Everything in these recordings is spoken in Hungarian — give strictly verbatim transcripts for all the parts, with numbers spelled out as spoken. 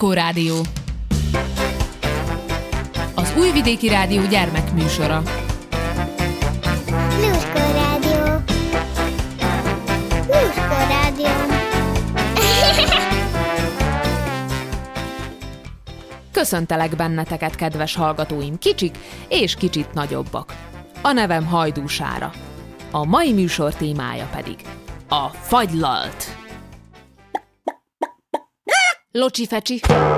Lluskó Rádió. Az Újvidéki Rádió gyermekműsora. Lluskó Rádió. Lluskó Rádió. Köszöntelek benneteket, kedves hallgatóim, kicsik és kicsit nagyobbak. A nevem Hajdú Sára. A mai műsor témája pedig a fagylalt. Locsi fecsi.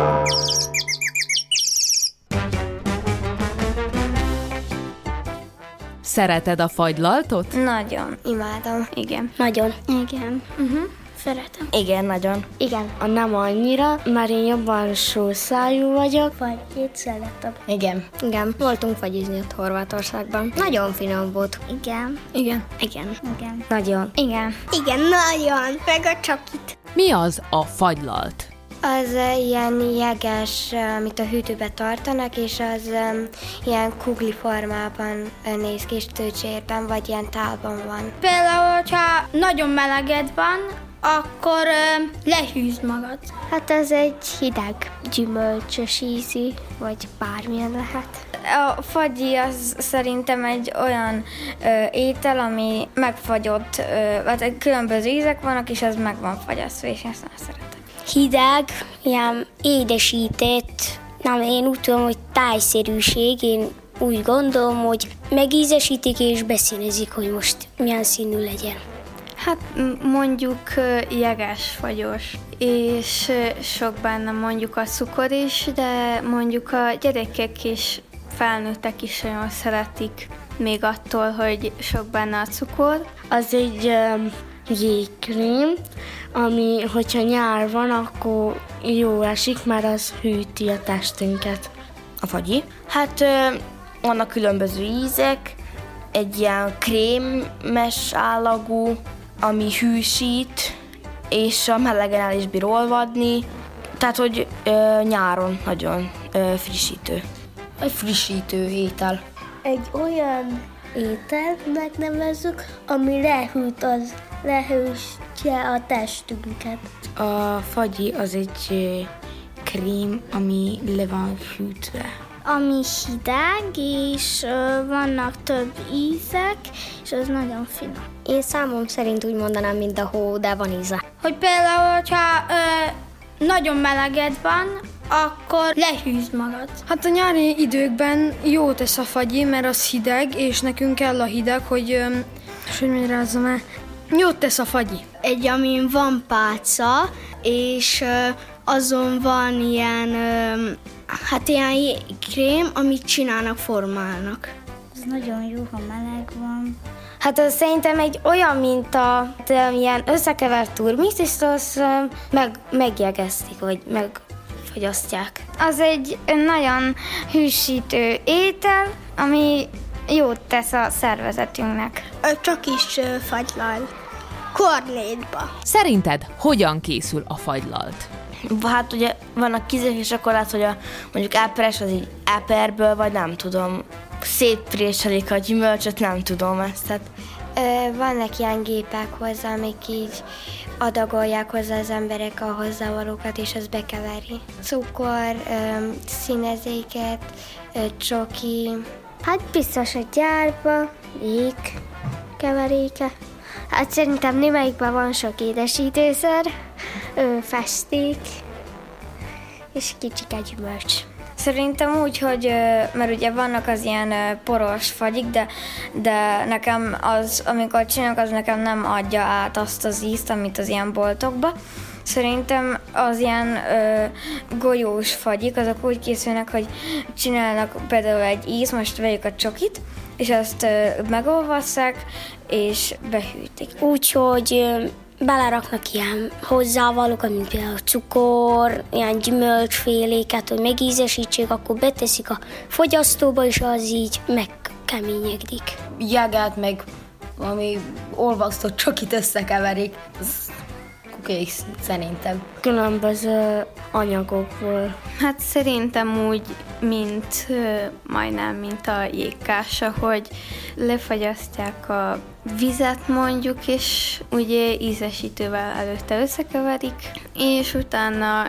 Szereted a fagylaltot? Nagyon. Imádom. Igen. Nagyon. Igen. Uh-huh. Szeretem. Igen, nagyon. Igen. A nem annyira, mert én jobban sószájú vagyok. Vagy két szeretem. Igen. Igen. Voltunk fagyizni ott Horvátországban. Nagyon finom volt. Igen. Igen. Igen. Igen. Nagyon. Igen. Igen, nagyon. Meg a csokit. Mi az a fagylalt? Az uh, ilyen jeges, uh, amit a hűtőbe tartanak, és az um, ilyen kugli formában uh, néz ki, és tőcsérben, vagy ilyen tálban van. Például, hogyha nagyon meleged van, akkor ö, lehűzd magad. Hát ez egy hideg gyümölcsös ízű, vagy bármilyen lehet. A fagyi az szerintem egy olyan ö, étel, ami megfagyott, ö, hát különböző ízek vannak, és az meg van fagyasztva, és ezt nem szeretem. Hideg, ilyen édesített, nem, én úgy tudom, hogy tájszerűség, én úgy gondolom, hogy megízesítik és beszínezik, hogy most milyen színű legyen. Hát mondjuk jeges fagyos, és sok benne mondjuk a cukor is, de mondjuk a gyerekek és felnőttek is nagyon szeretik, még attól, hogy sok benne a cukor. Az egy um, jégkrém, ami, hogyha nyár van, akkor jó esik, mert az hűti a testünket. A fagyi? Hát ö, vannak különböző ízek, egy ilyen krémes állagú, ami hűsít, és a melegen el is bír olvadni, tehát hogy ö, nyáron nagyon ö, frissítő. Egy frissítő étel. Egy olyan ételnek nevezzük, ami lehűt, az lehűtje a testünket. A fagyi az egy ö, krém, ami le van hűtve. Ami hideg, és ö, vannak több ízek, és az nagyon finom. Én számom szerint úgy mondanám, mint a hó, de van íze. Hogy például, hogyha ö, nagyon meleged van, akkor lehűzd magad. Hát a nyári időkben jó tesz a fagyi, mert az hideg, és nekünk kell a hideg, hogy, öm, és hogy magyarázzam el, jót tesz a fagyi. Egy, amin van pálca, és ö, azon van ilyen, ö, hát ilyen krém, amit csinálnak, formálnak. Ez nagyon jó, ha meleg van. Hát az szerintem egy olyan, mint a de ilyen összekevert turmix, és az meg, megjegeztik, vagy megfagyasztják. Az egy nagyon hűsítő étel, ami jót tesz a szervezetünknek. Csak is ö, fagylal. Kornétba. Szerinted hogyan készül a fagylalt? Hát ugye vannak kízek, és akkor lehet, hogy a, mondjuk áperes az így áperből, vagy nem tudom, szétpréselik a gyümölcsöt, nem tudom ezt. Tehát. Ö, vannak ilyen gépek hozzá, amik így adagolják hozzá az emberek a hozzávalókat, és az bekeveri. Cukor, ö, színezéket, ö, csoki. Hát biztos a gyárba, jég, keveréke. Hát szerintem némelyikben van sok édesítőszer, ö, festék, és kicsike gyümölcs. Szerintem úgy, hogy, mert ugye vannak az ilyen poros fagyik, de, de nekem az, amikor csinálok, az nekem nem adja át azt az ízt, amit az ilyen boltokba. Szerintem az ilyen ö, golyós fagyik, azok úgy készülnek, hogy csinálnak például egy íz, most vegyük a csokit, és azt ö, megolvasszák, és behűtik. Úgyhogy beleraknak ilyen hozzávalókat, mint például cukor, ilyen gyümölcsféléket, hogy megízesítsék, akkor beteszik a fogyasztóba, és az így megkeményedik. Jegát meg valami olvasztott csokit összekeverik. Ez kukék szerintem. Különböző anyagokból. Hát szerintem úgy, mint majdnem, mint a jégkása, hogy lefagyasztják a vizet mondjuk, és ugye ízesítővel előtte összekeverik, és utána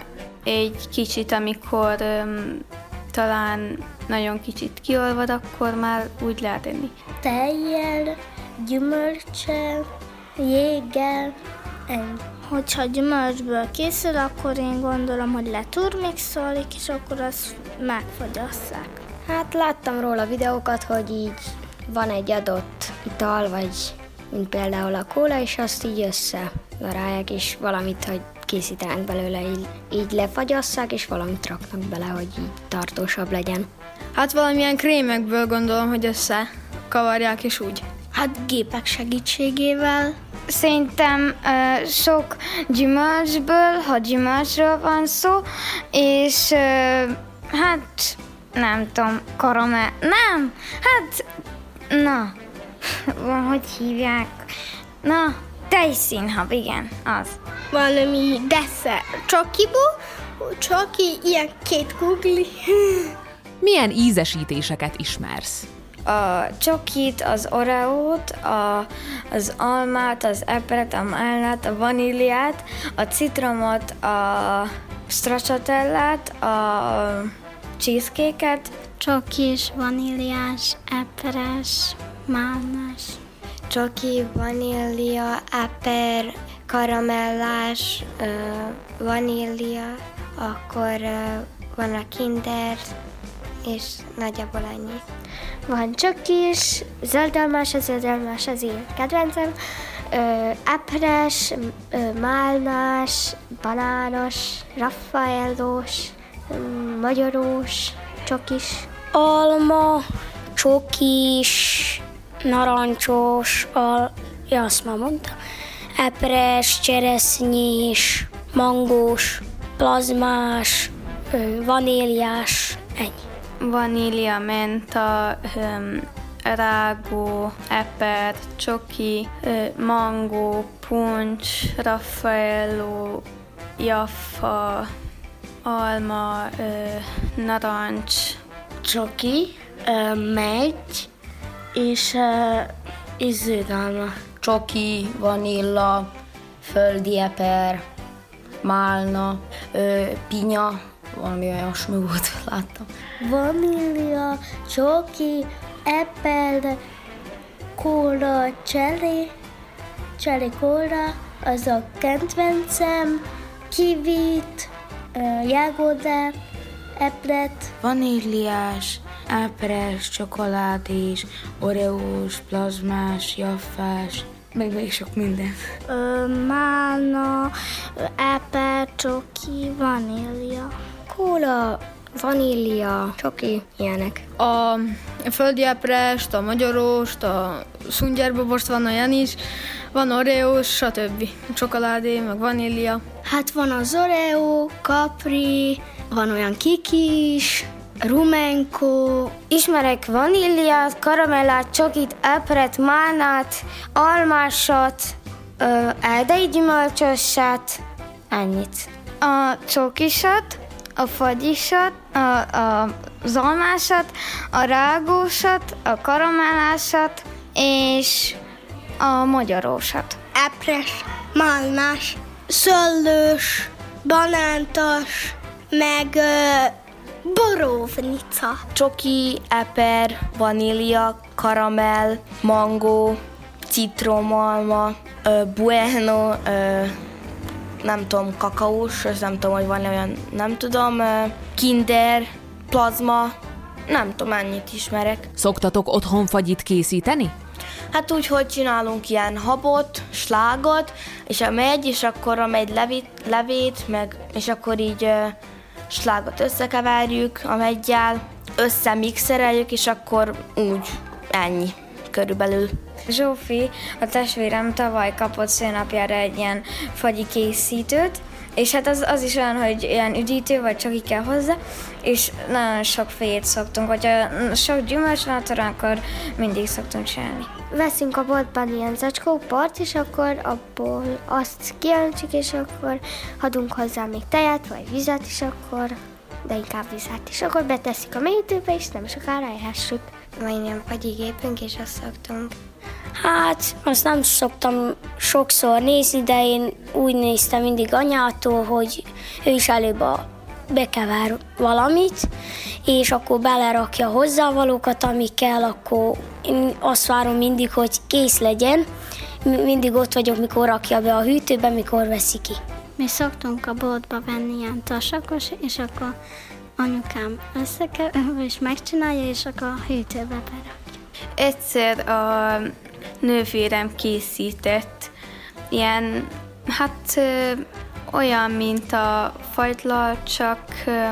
egy kicsit, amikor öm, talán nagyon kicsit kiolvad, akkor már úgy lehet enni. Tejjel, gyümölcsel, jéggel, ennyi. Hogyha gyümölcsből készül, akkor én gondolom, hogy leturmixolik, és akkor azt megfagyasszák. Hát láttam róla videókat, hogy így van egy adott ital, vagy mint például a kóla, és azt így összedarálják, és valamit, hogy készítenek belőle, így, így lefagyasszák, és valamit raknak bele, hogy így tartósabb legyen. Hát valamilyen krémekből gondolom, hogy összekavarják, és úgy. Hát gépek segítségével. Szerintem uh, sok gyümölcsből, ha gyümölcsről van szó, és uh, hát nem tudom, karamell, nem, hát na, hogy hívják, na, tejszínhab, igen, az. Valami desszert. Csokiból, csoki, ilyen két kugli. Milyen ízesítéseket ismersz? A csokit, az oreót, a, az almát, az epret, a málnát, a vaníliát, a citromot, a stracciatellát, a cheesecake-et. Csokis, vaníliás, epres, málnás. Csoki, vanília, eper, karamellás, uh, vanília, akkor uh, van a kinder, és nagyjából ennyi. Van csokis, zöldalmás, a zöldalmás az én kedvencem, ö, epres, ö, málnás, banános, raffaellós, ö, magyarós, csokis. Alma, csokis, narancsos, al, ja, azt már mondtam, epres, cseresznyés, mangós, plazmás, ö, vaníliás, ennyi. Vanília, menta, öm, rágó, eper, csoki, ö, mangó, puncs, raffaello, jaffa, alma, ö, narancs. Csoki, ö, megy, és, ö, és zöldalma. Csoki, vanilla, földi eper, málna, ö, pinya, valami olyasmi volt, láttam. Vanília, csoki, eper, kóla, cseli, cseli kóla, az a kedvencem, kivit, jágoda, epret. Vaníliás, epres, csokoládés, oreós, plazmás, jaffás, meg még sok minden. Ö, málna, eper, csoki, vanília. Kóla, vanília, csoki, ilyenek. A földi eprest, a magyarost, a szungyerbobost, van olyan is, van oreós, stb. Csokoládé, meg vanília. Hát van az oreo, capri, van olyan kikis, rumenko. Ismerek vaníliát, karamellát, csokit, epret, málnát, almásat, ö, erdei gyümölcsöset, ennyit. A csokisat, a fagyisat, a, a, az almásat, a rágósat, a karamellásat és a magyarósat. Epres, málnás, szöllős, banántas, meg ö, borovnica. Csoki, eper, vanília, karamell, mangó, citromalma, ö, bueno, ö, nem tudom, kakaós, azt nem tudom, hogy van olyan, nem tudom, ö, kinder, plazma, nem tudom, ennyit ismerek. Szoktatok otthon fagyit készíteni? Hát úgy, hogy csinálunk ilyen habot, slágot, és a megy, és akkor a megy levét, levét meg, és akkor így ö, slágot összekeverjük a meggyel, összemixereljük, és akkor úgy ennyi körülbelül. Zsófi, a testvérem tavaly kapott szülnapjára egy ilyen fagyi készítőt, és hát az, az is olyan, hogy ilyen üdítő, vagy csak így kell hozzá, és nagyon sok fejét szoktunk, hogyha sok gyümölcs van, akkor mindig szoktunk csinálni. Veszünk a boltban ilyen zacskóport, és akkor abból azt kiöntsük, és akkor adunk hozzá még tejet, vagy vizet, és akkor, de inkább vizet, és akkor betesszük a mélyítőbe, és nem sokára ehessük. Van ilyen fagyigépünk, és azt szoktunk. Hát, azt nem szoktam sokszor nézni, de én úgy néztem mindig anyától, hogy ő is előbb a bekever valamit, és akkor belerakja hozzávalókat, ami kell, akkor én azt várom mindig, hogy kész legyen. Mindig ott vagyok, mikor rakja be a hűtőbe, mikor veszi ki. Mi szoktunk a boltba venni ilyen tasakos, és akkor anyukám összekever, és megcsinálja, és akkor a hűtőbe berakja. Egyszer a nővérem készített ilyen, hát ö, olyan, mint a fagylalt, csak ö,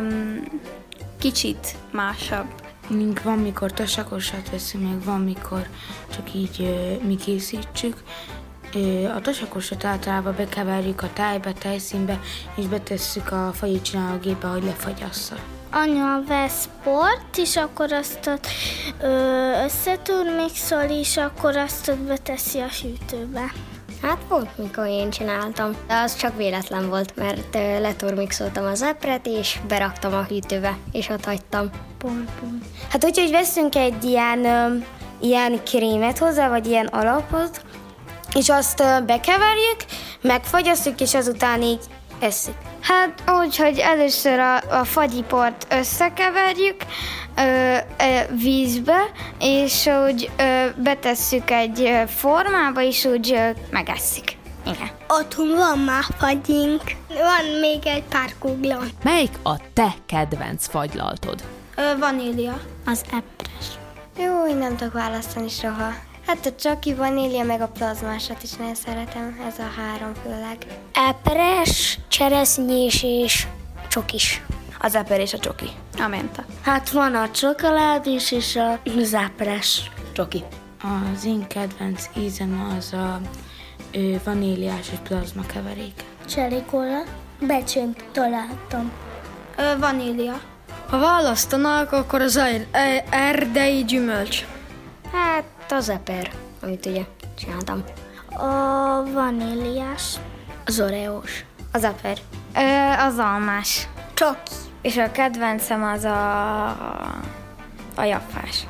kicsit másabb. Mink van, mikor tasakosat veszünk, meg van, mikor csak így ö, mi készítsük. Ö, a tasakosat általában bekeverjük a tájba, tejszínbe, és betesszük a fagyit csinálógépbe, hogy lefagyassza. Anya vesz bort, és akkor azt ott összeturmixol, és akkor azt ott beteszi a hűtőbe. Hát volt, mikor én csináltam, de az csak véletlen volt, mert leturmixoltam az epret, és beraktam a hűtőbe, és ott hagytam. Pont, pont. Hát úgyhogy veszünk egy ilyen, ö, ilyen krémet hozzá, vagy ilyen alapot, és azt ö, bekeverjük, megfagyasszuk, és azután így eszük. Hát úgy, hogy először a, a fagyiport összekeverjük ö, ö, vízbe, és úgy ö, betesszük egy ö, formába, és úgy ö, megesszük. Igen. Otthon van már fagyink, van még egy pár kugla. Melyik a te kedvenc fagylaltod? Ö, vanília. Az epres. Jó, én nem tudok választani soha. Hát a csoki, vanília, meg a plazmásat is nagyon szeretem, ez a három főleg. Epres, cseresznyés és csokis. Az eper és a csoki. A menta. Hát van a csokoládés és a zápres. Csoki. Az én kedvenc ízem az a ö, vaníliás és plazma keverék. Cserikola, becsönt találtam. Ö, vanília. Ha választanak, akkor az er- er- erdei gyümölcs. Hát az eper, amit ugye csináltam. A vaníliás. Az oreós. Az eper. Ö, az almás. Csoki. És a kedvencem az a, a jaffás.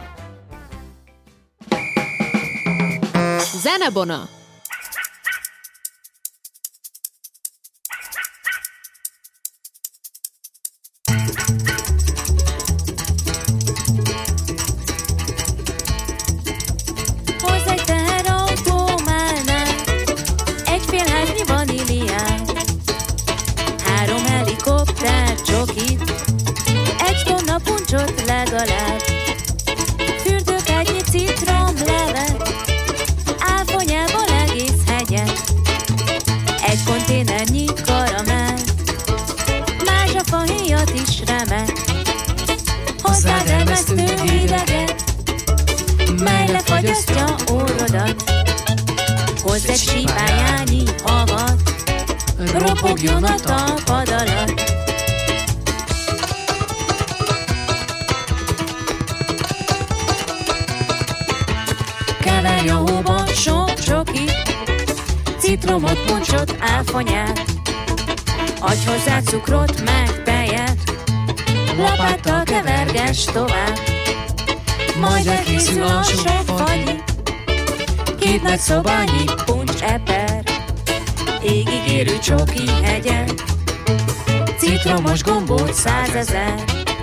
Zenebona! Hozz egy teherautó mellett egy fél háznyi vaníliát, három helikopter csokit, egy tonna puncsot legalább, fürdők egynyi citromlevet, áfonyából egész hegyet, egy konténernyi karamell, más a fahéjat is remek, hozzád remesztő hideget, mely lefagyasztja orrodat. Hozz egy sípájányi havat, ropogjon a talpad alatt. Keverj a hóba sok csoki, citromot, puncsot, áfonyát, adj hozzá cukrot, meg tejet, lapáttal kevergess tovább. Majd elkészül a sok fagyi, két nagy szobányi puncs eper, égig érő csoki hegye, citromos gombóc százezer.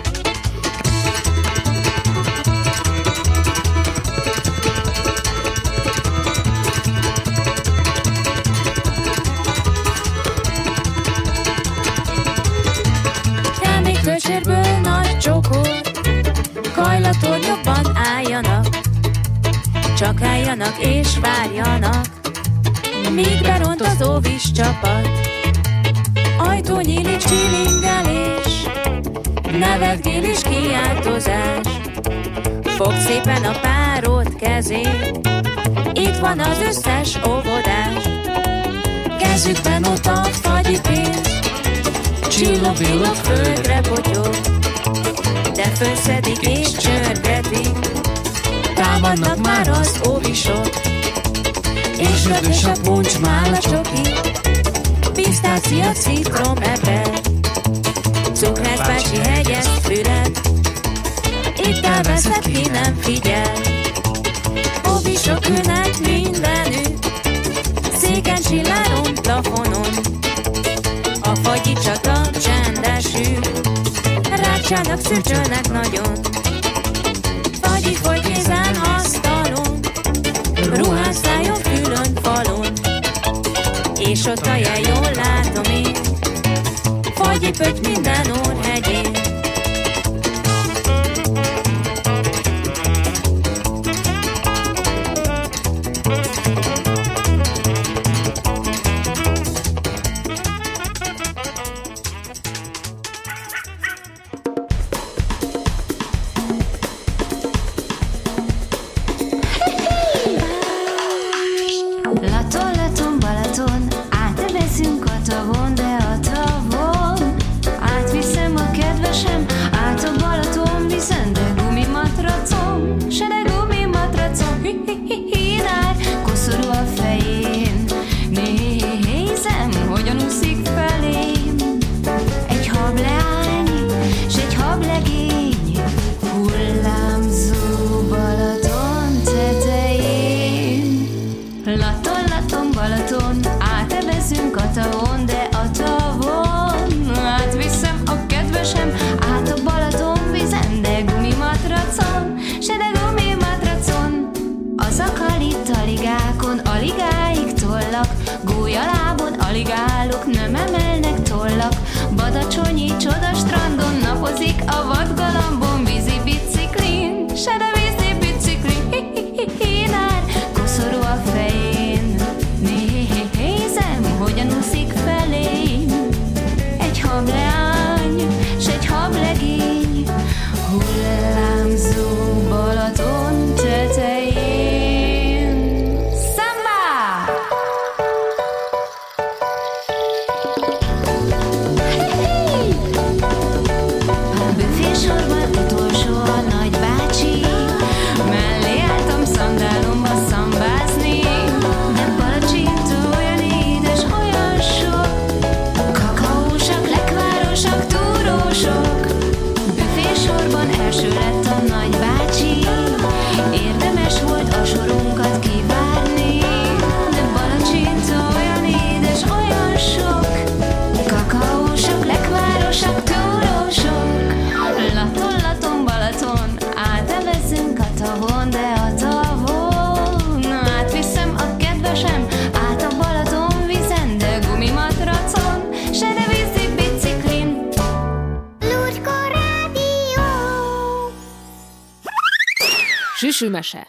Kell még tölcsérből nagy csokor, kajlatornyokban álljanak, csak álljanak és várjanak, míg beront az óvis csapat. Ajtó nyílik, csilingelés, nevetgél és kiáltozás. Fogd szépen a párod kezét, itt van az összes óvodás. Kezükben ott a fagyi pénz, csillog-villog, földre potyog, de fölszedik és csörgetik, támadnak már az óvisok, és rögös a puncs, mála csoki, pisztácia, citrom, eper, cukrász bácsi hegyez fület, itt elveszett, ki nem figyel, óvisok ülnek mindenütt, széken, csilláron, plafonon, a fagyi csata csendesül, Szürcsálnak, szürcsölnek nagyon, fagyi folyt kézen asztalon, ruhás szájon, fülön, falon, és ott a jel, jól látom én, fagyi pötty minden orrhegyén. Gólyalábon alig állok, nem emelnek tollak. Badacsonyi csoda strandon napozik, a vadgalambon vízi biciklin. Se de vízi biciklin, hi-hi-hi-hi-nár, koszorú a fején. Nézem, hogyan úszik felém egy hableány, s egy hablegény, hullámzó Balaton tetején. Süsümese.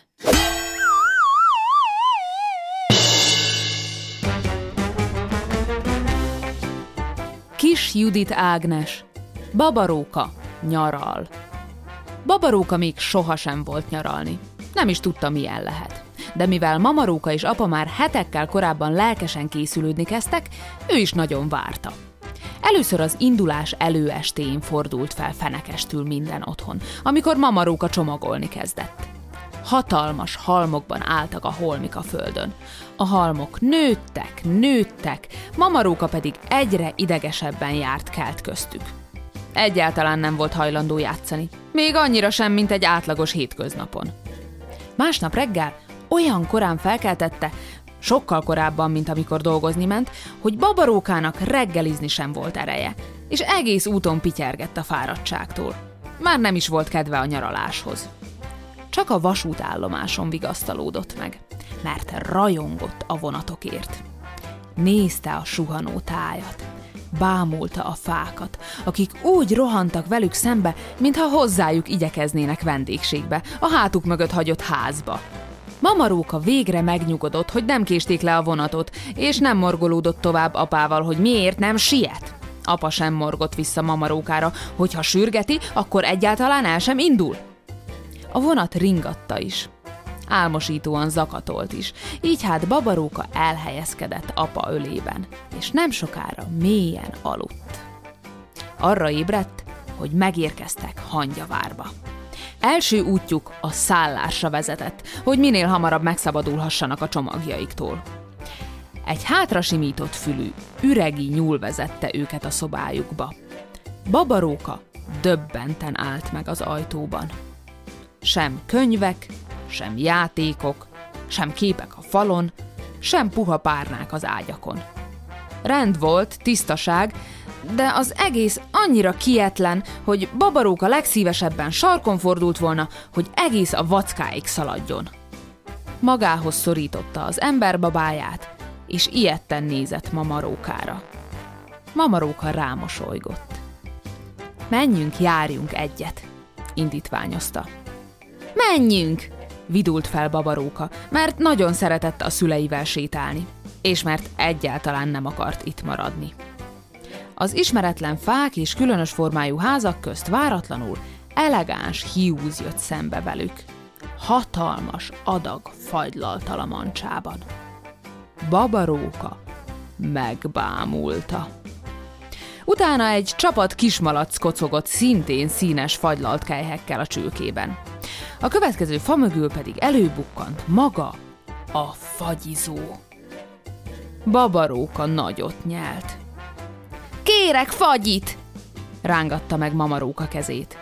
Kis Judit Ágnes, Babaróka nyaral. Babaróka még sohasem volt nyaralni. Nem is tudta, milyen lehet. De mivel Mamaróka és apa már hetekkel korábban lelkesen készülődni kezdtek, ő is nagyon várta. Először az indulás előestéjén fordult fel fenekestül minden otthon, amikor Mamaróka csomagolni kezdett. Hatalmas halmokban álltak a holmik a földön. A halmok nőttek, nőttek, Mamaróka pedig egyre idegesebben járt kelt köztük. Egyáltalán nem volt hajlandó játszani, még annyira sem, mint egy átlagos hétköznapon. Másnap reggel olyan korán felkeltette, sokkal korábban, mint amikor dolgozni ment, hogy Babarókának reggelizni sem volt ereje, és egész úton pityergett a fáradtságtól. Már nem is volt kedve a nyaraláshoz. Csak a vasútállomáson vigasztalódott meg, mert rajongott a vonatokért. Nézte a suhanó tájat, bámulta a fákat, akik úgy rohantak velük szembe, mintha hozzájuk igyekeznének vendégségbe, a hátuk mögött hagyott házba. Mamaróka végre megnyugodott, hogy nem késték le a vonatot, és nem morgolódott tovább apával, hogy miért nem siet. Apa sem morgott vissza Mamarókára, hogy ha sürgeti, akkor egyáltalán el sem indul. A vonat ringatta is. Álmosítóan zakatolt is, így hát Babaróka elhelyezkedett apa ölében, és nem sokára mélyen aludt. Arra ébredt, hogy megérkeztek Hangyavárba. Első útjuk a szállásra vezetett, hogy minél hamarabb megszabadulhassanak a csomagjaiktól. Egy hátrasimított fülű, üregi nyúl vezette őket a szobájukba. Babaróka döbbenten állt meg az ajtóban. Sem könyvek, sem játékok, sem képek a falon, sem puha párnák az ágyakon. Rend volt, tisztaság, de az egész annyira kietlen, hogy Babaróka legszívesebben sarkon fordult volna, hogy egész a vackáig szaladjon. Magához szorította az emberbabáját, és ijedten nézett Mamarókára. Mamaróka rámosolygott. Menjünk, járjunk egyet, indítványozta. Menjünk! Vidult fel Babaróka, mert nagyon szeretett a szüleivel sétálni, és mert egyáltalán nem akart itt maradni. Az ismeretlen fák és különös formájú házak közt váratlanul elegáns hiúz jött szembe velük. Hatalmas adag fagylaltal a mancsában. Babaróka megbámulta. Utána egy csapat kismalac kocogott szintén színes fagylalt kelyhekkel a csülkében. A következő fa mögül pedig előbukkant maga a fagyizó. Babaróka nagyot nyelt. Kérek fagyit! Rángatta meg Mamaróka kezét.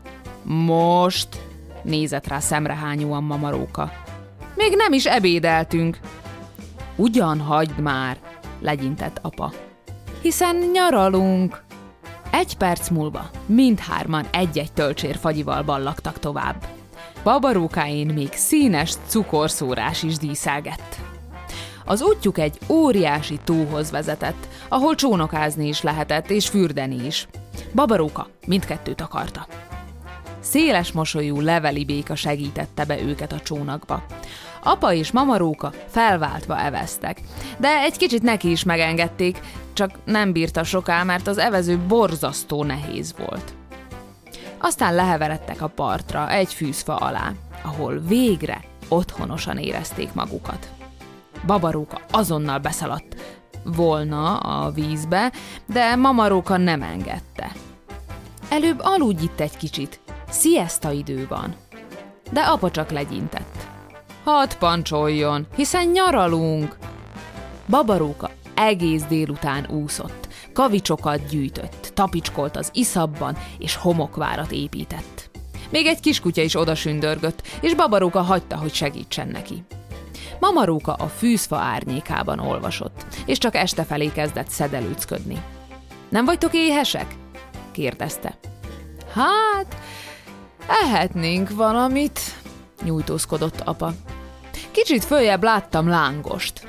Most! Nézett rá szemrehányóan Mamaróka. Még nem is ebédeltünk. Ugyan hagyd már, legyintett apa. Hiszen nyaralunk. Egy perc múlva mindhárman egy-egy tölcsér fagyival ballagtak tovább. Babarókáin még színes cukorszórás is díszelgett. Az útjuk egy óriási tóhoz vezetett, ahol csónakázni is lehetett, és fürdeni is. Babaróka mindkettőt akarta. Széles mosolyú leveli béka segítette be őket a csónakba. Apa és Mamaróka felváltva eveztek, de egy kicsit neki is megengedték, csak nem bírta soká, mert az evező borzasztó nehéz volt. Aztán leheveredtek a partra, egy fűzfa alá, ahol végre otthonosan érezték magukat. Babaróka azonnal beszaladt volna a vízbe, de Mamaróka nem engedte. Előbb aludj itt egy kicsit, szieszta idő van. De apa csak legyintett. Hadd pancsoljon, hiszen nyaralunk. Babaróka egész délután úszott, kavicsokat gyűjtött, tapicskolt az iszapban, és homokvárat épített. Még egy kiskutya is odasündörgött, és Babaróka hagyta, hogy segítsen neki. Mamaróka a fűzfa árnyékában olvasott, és csak este felé kezdett szedelőcködni. Nem vagytok éhesek? Kérdezte. Hát, ehetnénk valamit, nyújtózkodott apa. Kicsit följebb láttam lángost.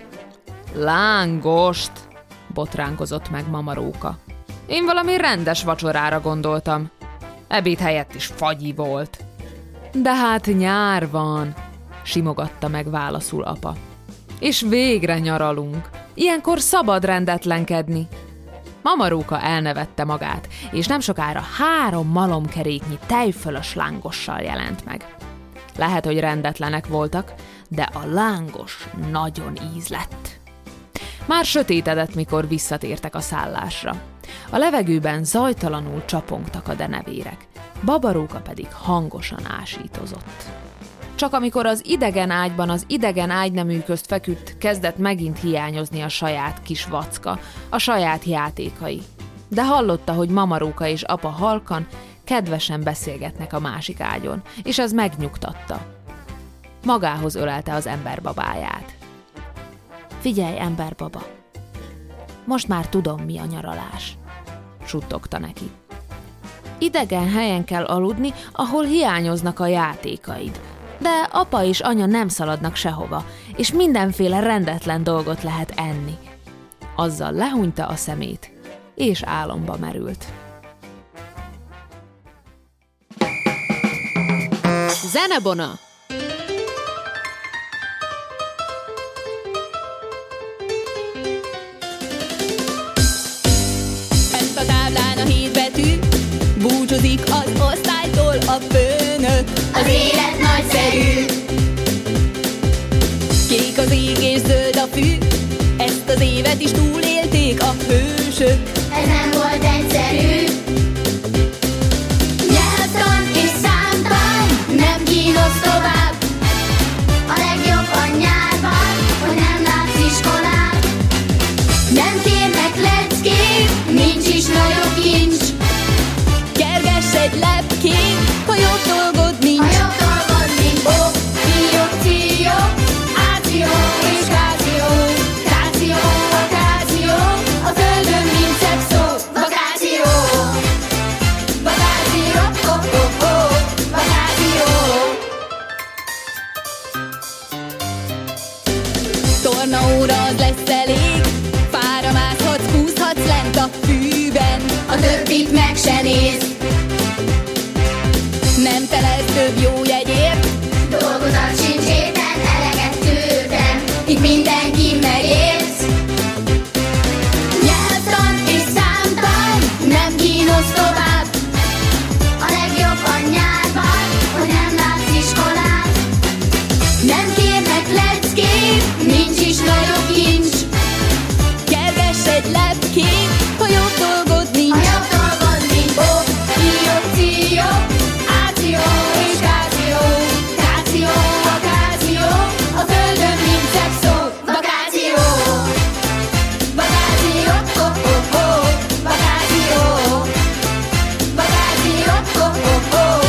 Lángost, botránkozott meg Mamaróka. Én valami rendes vacsorára gondoltam. Ebéd helyett is fagyi volt. De hát nyár van, simogatta meg válaszul apa. És végre nyaralunk. Ilyenkor szabad rendetlenkedni. Mamaróka elnevette magát, és nem sokára három malomkeréknyi tejfölös lángossal jelent meg. Lehet, hogy rendetlenek voltak, de a lángos nagyon íz lett. Már sötétedett, mikor visszatértek a szállásra. A levegőben zajtalanul csapongtak a denevérek, Babaróka pedig hangosan ásítozott. Csak amikor az idegen ágyban az idegen ágynemű közt feküdt, kezdett megint hiányozni a saját kis vacka, a saját játékai. De hallotta, hogy Mamaróka és apa halkan, kedvesen beszélgetnek a másik ágyon, és ez megnyugtatta. Magához ölelte az emberbabáját. Figyelj, emberbaba! Most már tudom, mi a nyaralás, suttogta neki. Idegen helyen kell aludni, ahol hiányoznak a játékaid, de apa és anya nem szaladnak sehova, és mindenféle rendetlen dolgot lehet enni. Azzal lehúnyta a szemét, és álomba merült. Zenebona! Fent a táblán a hét betű, búcsúzik az osztálytól a főnök. Az élet nagyszerű, kék az ég és zöld a fű, ezt az évet is túlélték a hősök. ez nem volt egyszerű. Nyelvtan és számtan nem kínos tovább, a legjobb a nyárban, hogy nem látsz iskolát. Nem kérnek leckét, nincs is nagyobb kincs, Kergess egy lepkét, ha jobb dolgod nincs. a jobb dolgod nincs. Ó, fió, ció, áció és káció, káció, akáció, a földön nincs szebb szó, vakáció. egy lepkénk, ha jobb dolgod nincs. Ha jobb dolgod nincs. Ó, ció, ció, áció és káció. Káció, vakáció, a földön nincs szebb szó. Vakáció, vakáció, oh, oh, oh. Vakáció, vakáció, oh, oh, oh.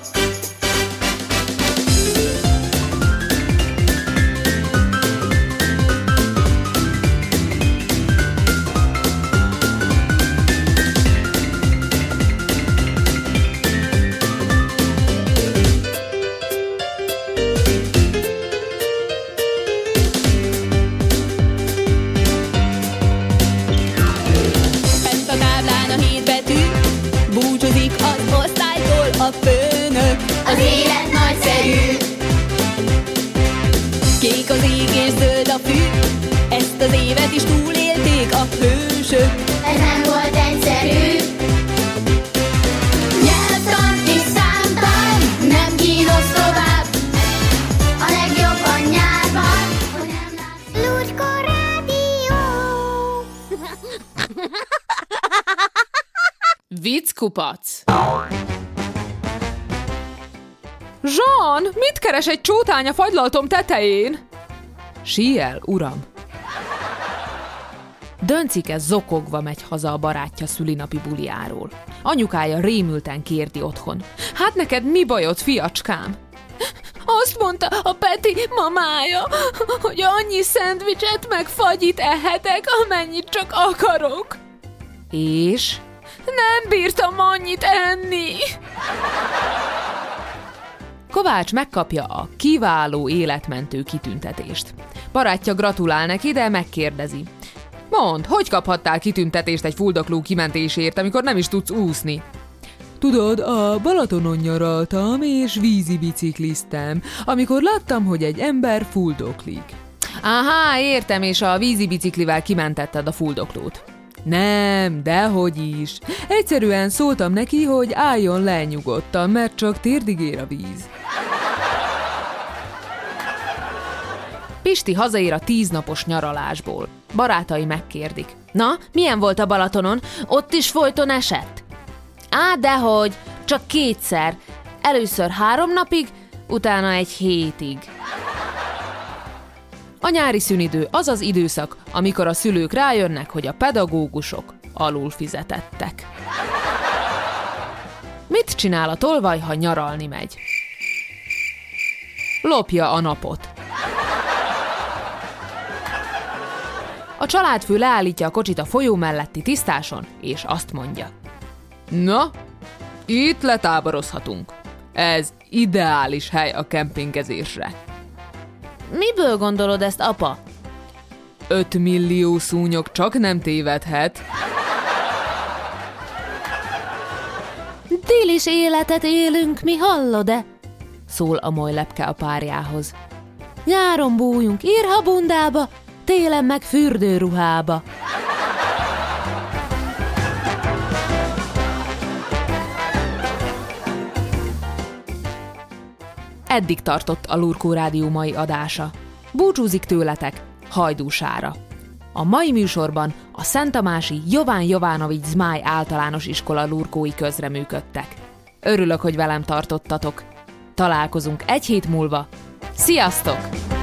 Fent a táblán a hét betű, búcsúzik az osztálytól a főnök. Az élet nagyszerű. Kék az ég és zöld a fű, ezt az évet is túlélték a hősök. Ez nem volt egyszerű. Nyelvtan és számtan nem kínos tovább. A legjobb a nyárban, hogy nem látsz. Lucska Rádió. Vicckupac! Jean, mit keres egy csótány a fagylaltom tetején? Síel, uram! Döncike zokogva megy haza a barátja szülinapi buliáról. Anyukája rémülten kérdi otthon. Hát neked mi bajod, fiacskám? Azt mondta a Peti mamája, hogy annyi szendvicset meg fagyit ehetek, amennyit csak akarok. És? Nem bírtam annyit enni. Kovács megkapja a kiváló életmentő kitüntetést. Barátja gratulál neki, de megkérdezi. Mondd, hogy kaphattál kitüntetést egy fuldokló kimentésért, amikor nem is tudsz úszni? Tudod, a Balatonon nyaraltam és vízi bicikliztem, amikor láttam, hogy egy ember fuldoklik. Áhá, értem, és a vízi biciklivel kimentetted a fuldoklót. Nem, dehogy is. Egyszerűen szóltam neki, hogy álljon le nyugodtan, mert csak térdig ér a víz. Pisti hazaér a tíznapos nyaralásból. Barátai megkérdik. Na, milyen volt a Balatonon? Ott is folyton esett? Á, dehogy, csak kétszer. Először három napig, utána egy hétig. A nyári szünidő az az időszak, amikor a szülők rájönnek, hogy a pedagógusok alul fizetettek. Mit csinál a tolvaj, ha nyaralni megy? Lopja a napot. A családfő leállítja a kocsit a folyó melletti tisztáson, és azt mondja. Na, itt letáborozhatunk. Ez ideális hely a kempingezésre. Miből gondolod ezt, apa? Öt millió szúnyog csak nem tévedhet. Délis életet élünk, mi hallod-e? Szól a molylepke a párjához. Nyáron bújunk írhabundába, télen meg fürdőruhába. Eddig tartott a Lurkó Rádió mai adása. Búcsúzik tőletek Hajdúsára. A mai műsorban a Szenttamási Jován Jovanovics Zmáj általános iskola lurkói közreműködtek. Örülök, hogy velem tartottatok. Találkozunk egy hét múlva. Sziasztok!